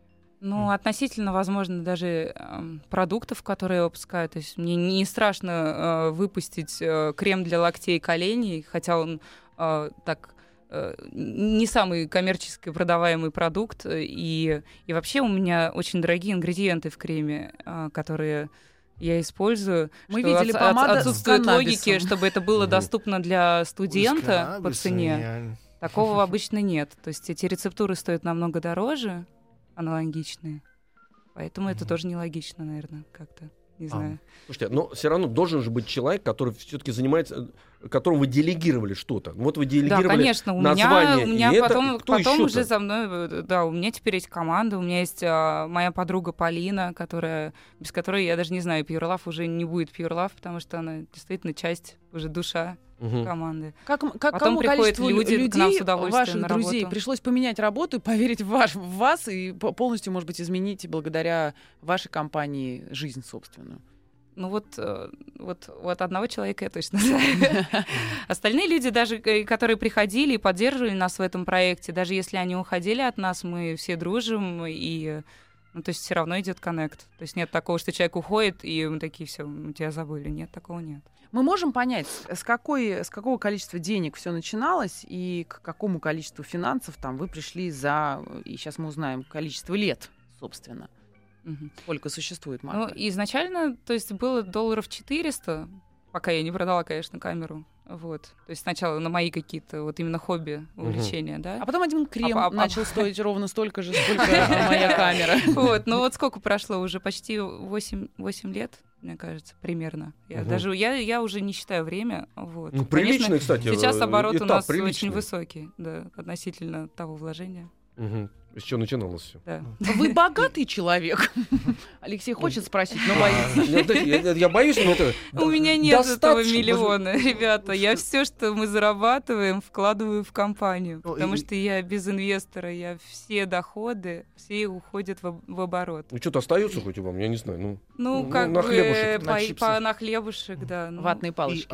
Ну, относительно, возможно, даже э, продуктов, которые я выпускаю. То есть мне не страшно э, выпустить э, крем для локтей и коленей, хотя он э, так э, не самый коммерчески продаваемый продукт. И, и вообще у меня очень дорогие ингредиенты в креме, э, которые я использую.
Мы
что
видели
от,
помада
от, отсутствует
с
логики, чтобы это было доступно для студента по цене.
Я...
Такого обычно нет. То есть эти рецептуры стоят намного дороже, аналогичные. Поэтому mm-hmm. это тоже нелогично, наверное, как-то. Не знаю.
А. Слушайте, но все равно должен же быть человек, который все-таки занимается, которому вы делегировали что-то. Вот вы делегировали
да, конечно, у
название.
Меня, у меня
и
потом,
это,
потом уже за мной, да, у меня теперь есть команда, у меня есть а, моя подруга Полина, которая, без которой я даже не знаю, Pure Love уже не будет Pure Love, потому что она действительно часть, уже душа угу. команды.
Как, как
Потом
кому
приходят люди,
людей,
к нам с удовольствием
ваших
на
друзей,
работу.
Пришлось поменять работу, поверить в, ваш, в вас и полностью, может быть, изменить благодаря вашей компании жизнь собственную?
Ну вот, вот, вот одного человека я точно знаю. Остальные люди, даже которые приходили и поддерживали нас в этом проекте, даже если они уходили от нас, мы все дружим, и ну, то есть все равно идет коннект. То есть нет такого, что человек уходит, и мы такие, все, мы тебя забыли. Нет, такого нет.
Мы можем понять, с, какой, с какого количества денег все начиналось и к какому количеству финансов там вы пришли за, и сейчас мы узнаем, количество лет, собственно. Угу. Сколько существует марка?
Ну, изначально, то есть было долларов четыреста, пока я не продала, конечно, камеру. Вот. То есть сначала на мои какие-то вот именно хобби, увлечения, угу. да.
А потом один крем
а,
начал
а,
стоить ровно столько же, сколько моя камера.
Вот, ну вот сколько прошло уже? Почти восемь лет, мне кажется, примерно. Я даже, я, я уже не считаю время. Вот.
Ну, приличный, кстати,
сейчас оборот у нас очень высокий, да, относительно того вложения.
Угу. С чего начиналось все?
Да.
Вы богатый человек? Алексей хочет спросить, но боится.
Я боюсь, но это...
У меня нет этого миллиона, ребята. Я все, что мы зарабатываем, вкладываю в компанию. Потому что я без инвестора, я все доходы, все уходят в оборот.
Ну, что-то остается хоть у вам, я не знаю. Ну,
ну как
на
бы
хлебушек.
На хлебушек, да.
Ватные палочки.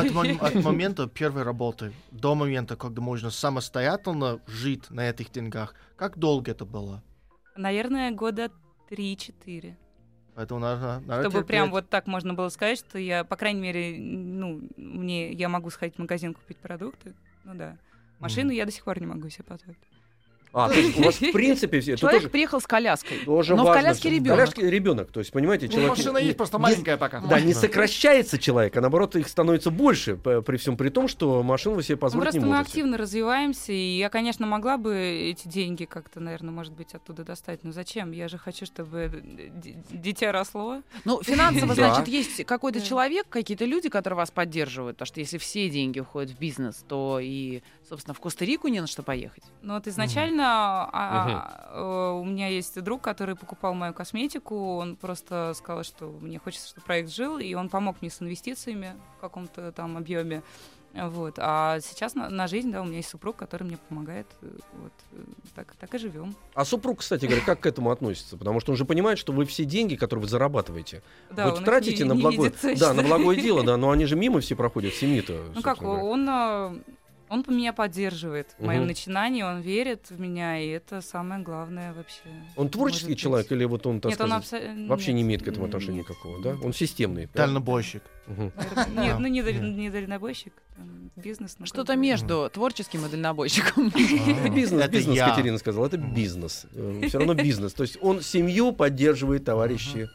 От момента первой работы до момента, когда можно самостоятельно жить на этих деньгах, как долго это было?
Наверное, года три-четыре.
Поэтому, наверное, наверное,
чтобы
терпеть.
прям вот так можно было сказать, что я, по крайней мере, ну, мне, я могу сходить в магазин купить продукты. Ну да. Машину mm. я до сих пор не могу себе позволить.
А, то есть у вас в принципе все...
Человек
тоже,
приехал с коляской,
тоже
но
важно,
в коляске ребенок.
В коляске ребенок, то есть, понимаете,
ну,
человек...
машина есть, просто маленькая
не,
пока.
Да, не сокращается человек, а наоборот их становится больше, при всем при том, что машину вы себе позволить
ну,
не можете.
Просто мы активно развиваемся, и я, конечно, могла бы эти деньги как-то, наверное, может быть, оттуда достать, но зачем? Я же хочу, чтобы дитя росло.
Ну, финансово, значит, есть какой-то человек, какие-то люди, которые вас поддерживают, потому что если все деньги уходят в бизнес, то и, собственно, в Коста-Рику не на что поехать.
Ну, вот изначально... Uh-huh. У меня есть друг, который покупал мою косметику. Он просто сказал, что мне хочется, чтобы проект жил, и он помог мне с инвестициями в каком-то там объеме. Вот. А сейчас на, на жизнь, да, у меня есть супруг, который мне помогает. Вот. Так, так и живем.
А супруг, кстати говоря, как к этому относится? Потому что он же понимает, что вы все деньги, которые вы зарабатываете,
да,
вы тратите
не,
на,
не
благое... да, на благое дело, да, но они же мимо все проходят, семьи-то.
Ну как, он... Он меня поддерживает в моем угу. начинании, он верит в меня, и это самое главное вообще.
Он творческий человек или вот он, так
Нет,
сказать,
он абсо...
вообще
Нет,
не имеет к этому отношения
нет.
никакого, да? Он системный.
Дальнобойщик.
Угу.
Нет, ну не, даль... не дальнобойщик, там, бизнес. Ну,
что-то между угу. творческим и дальнобойщиком.
Бизнес, бизнес, Катерина сказала, это бизнес. Все равно бизнес. То есть он семью поддерживает, товарищи.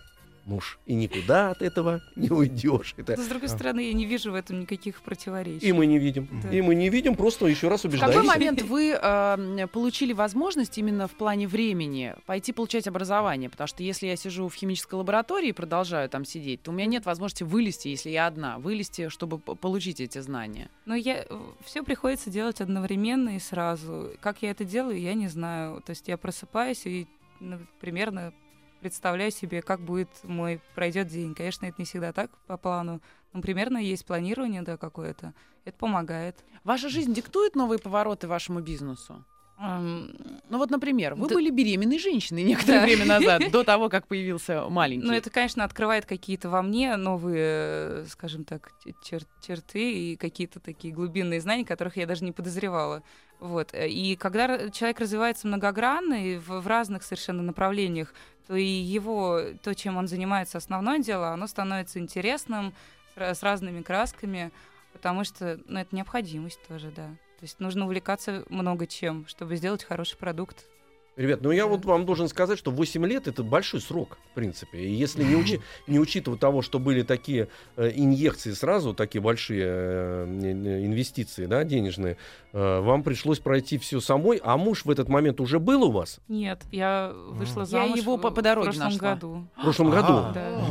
муж. И никуда от этого не уйдешь. Это...
Но, с другой стороны, я не вижу в этом никаких противоречий.
И мы не видим. Да. И мы не видим, просто еще раз убеждаемся.
В какой момент вы э, получили возможность именно в плане времени пойти получать образование? Потому что если я сижу в химической лаборатории и продолжаю там сидеть, то у меня нет возможности вылезти, если я одна, вылезти, чтобы получить эти знания.
Но я... все приходится делать одновременно и сразу. Как я это делаю, я не знаю. То есть я просыпаюсь и ну, примерно... представляю себе, как будет мой пройдет день. Конечно, это не всегда так по плану, но примерно есть планирование, да, какое-то. Это помогает.
Ваша жизнь диктует новые повороты вашему бизнесу?
Um,
ну вот, например, вы
да,
были беременной женщиной некоторое да. время назад, до того, как появился маленький.
Ну это, конечно, открывает какие-то во мне новые, скажем так, чер- черты и какие-то такие глубинные знания, которых я даже не подозревала. Вот. И когда человек развивается многогранно и в, в разных совершенно направлениях, то и его, то, чем он занимается, основное дело, оно становится интересным, с, с разными красками, потому что ну, это необходимость тоже, да. То есть нужно увлекаться много чем, чтобы сделать хороший продукт.
Ребят, ну я вот вам должен сказать, что восемь лет — это большой срок, в принципе. И если не, учи, не учитывать того, что были такие э, инъекции сразу, такие большие э, инвестиции, да, денежные, э, вам пришлось пройти все самой, а муж в этот момент уже был у вас?
Нет, я вышла замуж
я его
в,
по, по дороге
в прошлом
нашла.
году.
В прошлом году?
Да.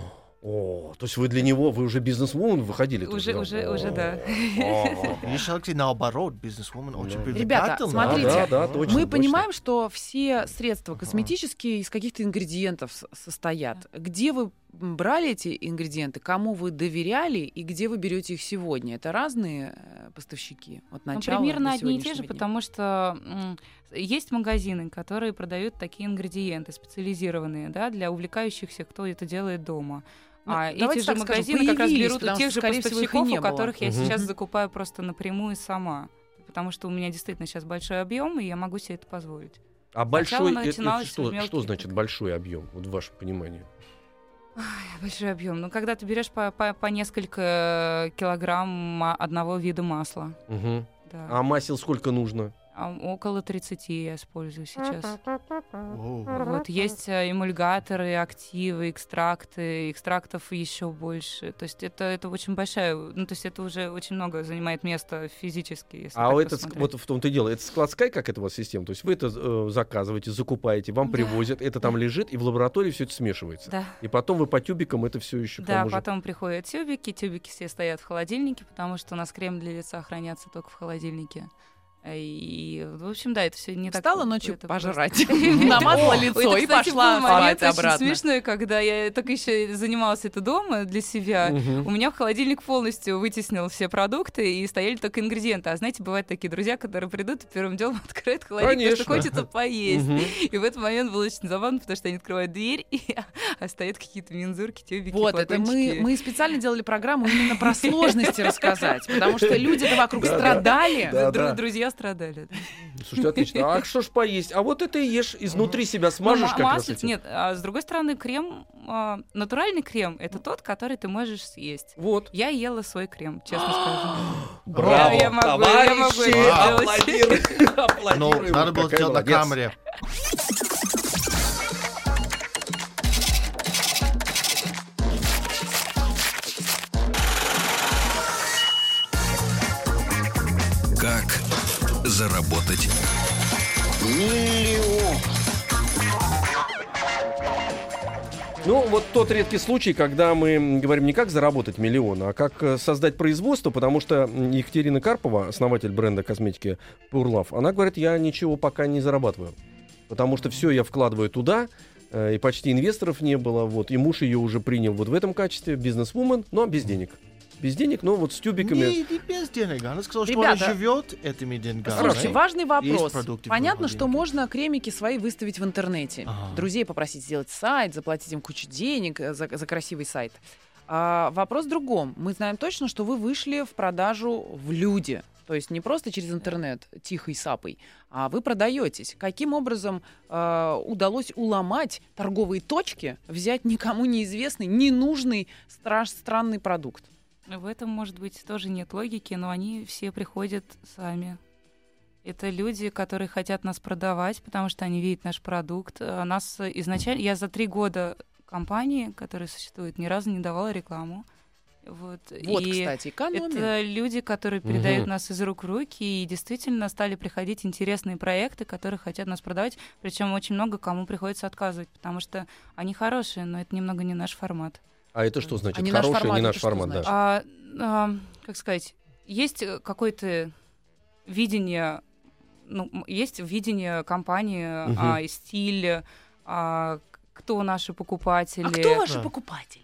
О, то есть вы для него, вы уже бизнес-вумен выходили?
Уже,
туда?
уже, уже, да.
Есть Алексей, наоборот, бизнес-вумен очень
Ребята,
привлекательный.
смотрите,
да, да, точно,
мы
точно.
понимаем, что все средства косметические из каких-то ингредиентов состоят. Где вы брали эти ингредиенты, кому вы доверяли и где вы берете их сегодня? Это разные поставщики от начала
ну, примерно
до
одни и те же,
дня.
Потому что м, есть магазины, которые продают такие ингредиенты специализированные, да, для увлекающихся, кто это делает дома.
Ну,
а эти же магазины
скажем,
как раз берут у тех
что,
же поставщиков, у которых я
угу.
сейчас закупаю просто напрямую сама. Потому что у меня действительно сейчас большой объем, и я могу себе это позволить.
А большой, это, это что,
мелкие,
что значит большой объем, вот в вашем понимании?
Ой, большой объем. Ну, когда ты берешь по, по, по несколько килограмм одного вида масла.
Угу.
Да.
А масел сколько нужно?
А, около тридцати я использую сейчас.
Oh.
Вот, есть эмульгаторы, активы, экстракты, экстрактов еще больше. То есть это, это очень большая, ну то есть это уже очень много занимает места физически. Если
а это
посмотреть.
вот в том-то и дело, это складская как это у вас система? То есть вы это э, заказываете, закупаете, вам
да.
привозят, это там
да.
лежит, и в лаборатории все это смешивается.
Да.
И потом вы по тюбикам это все еще.
Да,
уже...
потом приходят тюбики, тюбики все стоят в холодильнике, потому что у нас крем для лица хранятся только в холодильнике. И, в общем, да, это все не так.
Встала ночью пожрать, намазала лицо и пошла спать обратно.
Очень смешно, когда я только еще занималась это дома для себя, у меня в холодильник полностью вытеснил все продукты, и стояли только ингредиенты. А знаете, бывают такие друзья, которые придут и первым делом откроют холодильник, потому что хочется поесть. И в этот момент было очень забавно, потому что они открывают дверь, и стоят какие-то мензурки, тюбики,
вот, это мы, мы специально делали программу именно про сложности рассказать, потому что люди-то вокруг страдали,
друзья страдали. Да.
Слушайте, отлично. А что ж поесть? А вот это и ешь, изнутри себя смажешь
ну,
как
маслиц,
раз.
Нет, а с другой стороны, крем, а, натуральный крем, это тот, который ты можешь съесть.
Вот.
Я ела свой крем, честно скажу.
Браво,
я, я могу,
товарищи!
Я могу это
делать.
Но надо было сделать на камере.
Как заработать
миллион?
Ну, вот тот редкий случай, когда мы говорим не как заработать миллион, а как создать производство, потому что Екатерина Карпова, основатель бренда косметики Pure Love, она говорит, я ничего пока не зарабатываю, потому что все я вкладываю туда, и почти инвесторов не было, вот, и муж ее уже принял вот в этом качестве, бизнес-вумен, но без денег. Без денег, но вот с тюбиками.
Не, не без денег. Она сказала, что
Ребята,
она живет этими деньгами.
Слушайте, важный вопрос.
Продукты,
понятно, что можно кремики свои выставить в интернете.
Ага.
Друзей попросить сделать сайт, заплатить им кучу денег за, за красивый сайт. А, вопрос в другом. Мы знаем точно, что вы вышли в продажу в люди. То есть не просто через интернет тихой сапой, а вы продаетесь. Каким образом э, удалось уломать торговые точки, взять никому неизвестный, ненужный, страш, странный продукт?
В этом, может быть, тоже нет логики, но они все приходят сами. Это люди, которые хотят нас продавать, потому что они видят наш продукт. Нас изначально... Я за три года компании, которая существует, ни разу не давала рекламу. Вот,
вот
и
кстати, экономия.
Это люди, которые передают
угу.
нас из рук в руки, и действительно стали приходить интересные проекты, которые хотят нас продавать. Причем очень много кому приходится отказывать, потому что они хорошие, но это немного не наш формат.
А это что значит?
А не
Хороший,
наш формат,
не наш
это что
формат, да.
А, а, как сказать, есть какое-то видение, ну, есть видение компании,
Угу.
а, стиль, а, кто наши покупатели.
А кто ваши
Да.
покупатели?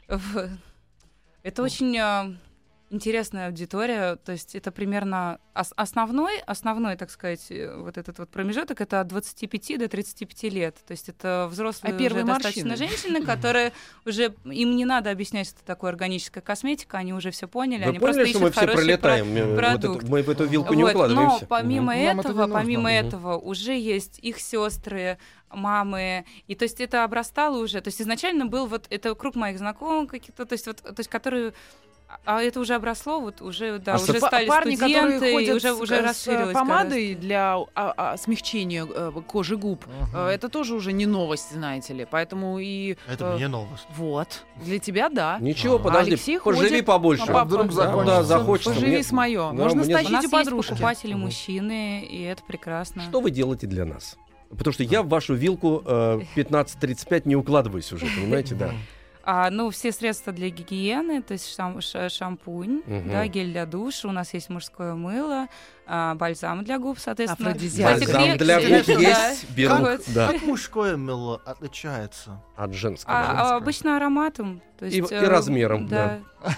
Это очень э, интересная аудитория, то есть это примерно ос- основной, основной, так сказать, э, вот этот вот промежуток, это от двадцати пяти до тридцати пяти лет, то есть это взрослые
А первые
уже достаточно
морщины?
женщины, которые уже, им не надо объяснять, что такое органическая косметика, они уже все поняли,
Вы
они
поняли,
просто
что
ищут
мы все
хороший
пролетаем?
про-
Вот
продукт.
это, мы в эту вилку не
Вот,
укладываемся.
но помимо
Мгм. Нам это
этого,
не нужно.
помимо
Мгм.
этого, уже есть их сестры, мамы, и то есть это обрастало уже, то есть изначально был вот это круг моих знакомых каких-то, то есть вот, то есть которые, а это уже обросло, вот уже, да,
А
уже
что-
стали
Парни, которые
студенты, и
ходят
уже,
с,
уже
с
расширилось
помадой
гораздо.
для а, а, смягчения э, кожи губ,
Мгм.
э, это тоже уже не новость, знаете ли. Поэтому и...
Это
э,
мне новость.
Вот. Для тебя, да.
Ничего,
А
подожди,
Алексей
поживи
ходит,
побольше.
а
вдруг
Да,
закончится.
Да, захочется.
Поживи
Мне-
с моё.
Да,
Можно
мне-
стащить
У нас
и
есть
подружки.
покупатели
Мгм.
мужчины, и это прекрасно.
Что вы делаете для нас? Потому что я в вашу вилку э, пятнадцать тридцать пять не укладываюсь уже, понимаете, да.
А, ну, все средства для гигиены, то есть шам- ша- шампунь,
Мгм.
да, гель для душа, у нас есть мужское мыло, а, бальзам для губ, соответственно.
Афродизиак.
Кстати,
Бальзам
кре-
для губ
да.
есть, беру,
Вот.
да,
Как мужское мыло отличается?
от женского.
А,
женское.
а, обычно ароматом. То есть,
И- и
э,
размером,
Да.
А,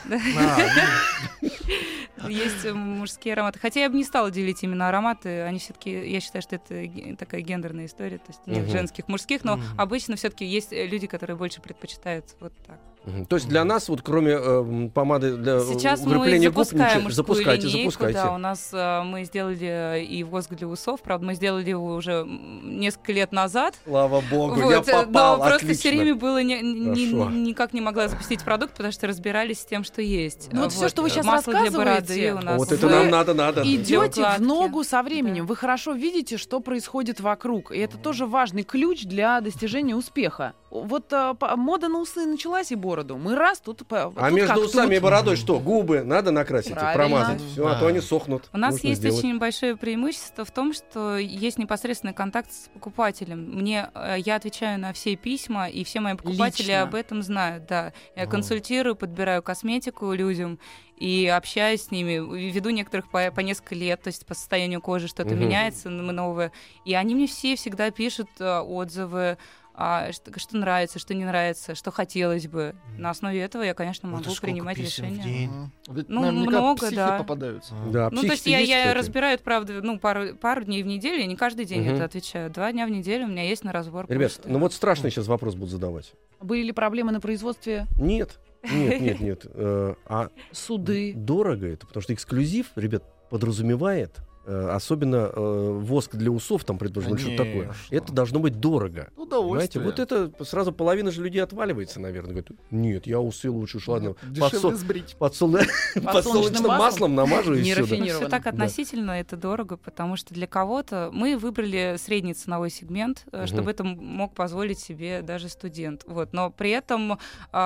ну,
Есть э, мужские ароматы. Хотя я бы не стала делить именно ароматы. Они все-таки, я считаю, что это ге- такая гендерная история. То есть нет
Мгм.
женских, мужских, но
Мгм.
обычно все-таки есть э, люди, которые больше предпочитают вот так.
Мгм. То есть для нас, вот кроме э, помады для э,
Сейчас мы
укрепления губ,
запускаем
ничего-
мужскую
запускайте,
линейку,
запускайте.
да, у нас э, мы сделали и воск для усов, правда, мы сделали его уже м, несколько лет назад.
Слава богу,
Вот,
я
э,
попал,
но просто
отлично.
все время было не- не-
Хорошо.
никак не могла запустить продукт, потому что разбирались с тем, что есть.
Ну вот всё, что вы щас
Масло для
рассказываете,
бороды у нас.
Вот это
Вы
нам надо, надо.
Идете в
укладки.
ногу со временем.
Да.
Вы хорошо видите, что происходит вокруг. И это тоже важный ключ для достижения успеха. Вот а, по- мода на усы началась и бороду. Мы раз тут... по-
А
тут
между
как
усами
тут.
и бородой что? Губы надо накрасить, их,
Правильно.
промазать. Все, а то
Да.
они сохнут.
У нас
Нужно
есть
сделать.
очень большое преимущество в том, что есть непосредственный контакт с покупателем. Мне, э, я отвечаю на все письма, и все мои покупатели
Лично.
об этом знают. Да. Я
О.
консультирую, подбираю косметику людям и общаюсь с ними. И веду некоторых по, по несколько лет, то есть по состоянию кожи что-то
Мгм.
меняется, м, новое. И они мне все всегда пишут э, отзывы, а, что, что нравится, что не нравится, что хотелось бы. На основе этого я, конечно,
Вот
могу
сколько
принимать
писем в
решения.
день?
Мгм. Ведь
Ну,
наверняка
много,
психи
да.
попадаются.
Да,
Ну, то есть
психи
я, я
кстати?
разбираю, правда, ну, пару, пару дней в неделю, я не каждый день
Мгм.
это отвечаю. Два дня в неделю у меня есть на разбор.
Ребят,
почты.
ну вот страшный сейчас вопрос будут задавать.
Были ли проблемы на производстве?
Нет, нет, нет, нет. Э, А
Суды.
дорого это, потому что эксклюзив, ребят, подразумевает, э, особенно э, воск для усов, там, предположим, что такое.
Конечно.
Это должно быть дорого. Понимаете,
Удовольствие.
вот это сразу половина же людей отваливается, наверное. Говорит, нет, я усы лучше уж, ладно,
Дешевле
подсол-
сбрить.
подсол- подсолнечным
маслом?
маслом намажу и
Не
все.
рафинированным.
Все так
Да.
относительно, это дорого, потому что для кого-то мы выбрали средний ценовой сегмент, э,
Мгм.
чтобы это м- мог позволить себе даже студент. Вот. Но при этом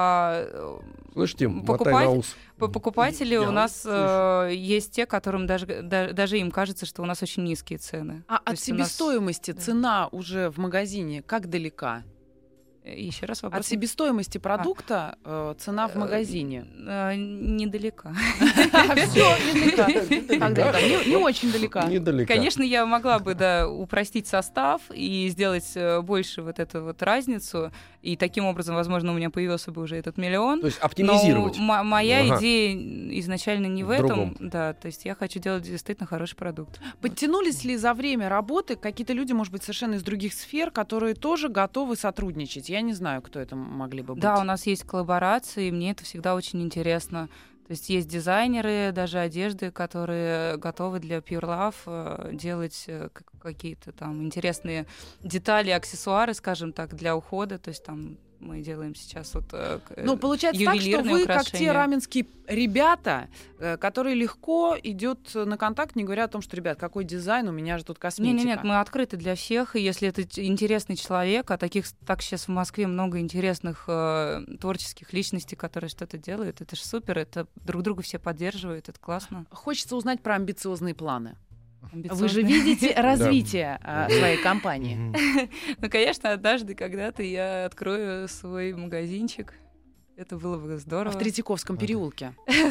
а,
Слышите, мотай
покупать-
на ус.
по- покупатели
Я
у нас
слышу.
э, есть те, которым даже, да- даже им кажется, что у нас очень низкие цены.
А
То
от
есть у нас-
себестоимости
да.
цена уже в магазине как далека?
Еще раз вопрос.
От себестоимости продукта э, цена в
Э,
магазине.
э, Недалека.
Все, недалека. Как далека? Не не очень далека.
Недалеко.
Конечно, я могла бы, да, упростить состав и сделать э, больше вот эту вот разницу, и таким образом, возможно, у меня появился бы уже этот миллион.
То есть оптимизировать.
Но м- моя
Ага.
идея изначально не в,
В
этом,
другом.
да, то есть я хочу делать действительно хороший продукт.
Подтянулись ли за время работы какие-то люди, может быть, совершенно из других сфер, которые тоже готовы сотрудничать? Я не знаю, кто это могли бы быть.
Да, у нас есть коллаборации, и мне это всегда очень интересно. То есть есть дизайнеры, даже одежды, которые готовы для Pure Love э, делать э, к- какие-то там интересные детали, аксессуары, скажем так, для ухода. То есть там Мы делаем сейчас вот э,
Ну, получается так, что вы
украшения.
как те раменские ребята, э, которые легко идут на контакт, не говоря о том, что, ребят, какой дизайн, у меня же тут косметика.
Нет, нет, мы открыты для всех, и если это интересный человек, а таких так сейчас в Москве много интересных э, творческих личностей, которые что-то делают, это же супер, это друг друга все поддерживают, это классно.
Хочется узнать про амбициозные планы.
Амбициозные.
Вы же видите развитие а, своей компании.
Ну, конечно, однажды когда-то я открою свой магазинчик. Это было бы здорово.
В Третьяковском переулке.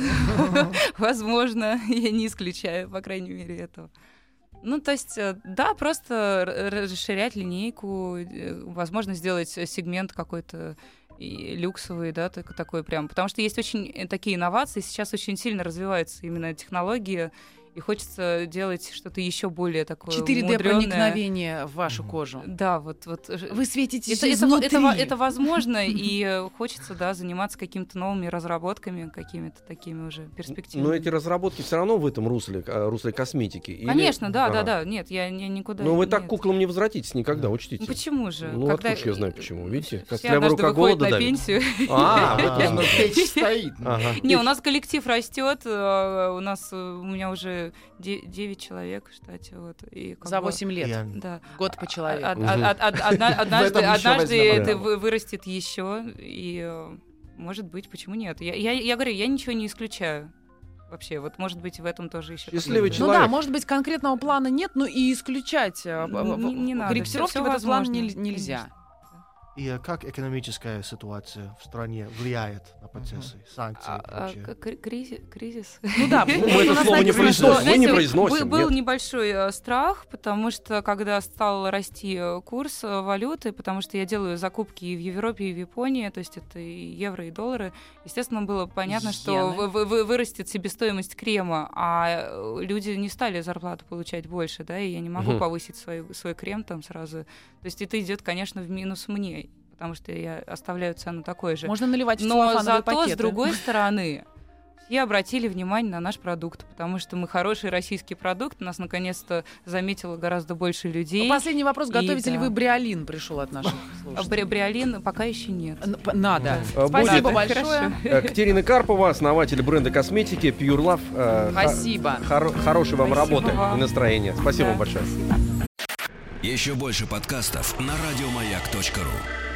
Возможно, я не исключаю, по крайней мере, этого. Ну, то есть, да, просто расширять линейку, возможно, сделать сегмент какой-то и люксовый, да, только такой прям. Потому что есть очень такие инновации, сейчас очень сильно развиваются именно технологии, и хочется делать что-то еще более такое
четыре дэ проникновение в вашу кожу.
Да, вот, вот.
Вы светитесь
это,
изнутри.
Это, это, это возможно, и хочется, да, заниматься какими-то новыми разработками, какими-то такими уже перспективами.
Но эти разработки все равно в этом русле, русле косметики. Или...
Конечно, да,
ага.
да, да. Нет, я, я никуда.
Но вы
нет.
так к куклам не возвратитесь никогда, учтите.
Ну, почему же?
Ну,
Когда...
откуда я знаю, почему? Видите, как
все однажды выходят на пенсию.
А,
вот печь стоит.
Не, у нас коллектив растет, у нас у меня уже девять человек в штате. Вот, и
За восемь лет.
Да.
Год по человеку.
Однажды это вырастет еще, и может быть, почему нет? Я говорю, я ничего не исключаю. Вообще, вот может быть в этом тоже еще.
Счастливый
ну
человек.
да, может быть конкретного плана нет, но и исключать
не, не надо.
Корректировки в этот план нельзя.
Конечно.
И как экономическая ситуация в стране влияет на процессы, санкции и прочее?
А, а, кризис, кризис?
Ну да,
мы это слово не произносим. Мы не произносим.
Был небольшой страх, потому что когда стал расти курс валюты, потому что я делаю закупки и в Европе, и в Японии, то есть это и евро, и доллары, естественно, было понятно, что вырастет себестоимость крема, а люди не стали зарплату получать больше, да, и я не могу повысить свой крем там сразу. То есть это идет, конечно, в минус мне, потому что я оставляю цену такой же.
Можно наливать в
Но зато,
пакеты.
с другой стороны, все обратили внимание на наш продукт, потому что мы хороший российский продукт, нас наконец-то заметило гораздо больше людей.
Последний вопрос.
И
Готовите
да.
ли вы бриолин? Пришел от наших слушателей.
Бриолин пока еще нет.
Надо.
Да.
Спасибо
Будет.
большое.
Катерина Карпова, основатель бренда косметики Pure Love.
Спасибо.
Хор- хорошей вам
Спасибо
работы
вам.
и настроения. Спасибо
Да,
вам большое.
спасибо.
Еще больше подкастов на радиомаяк точка ру.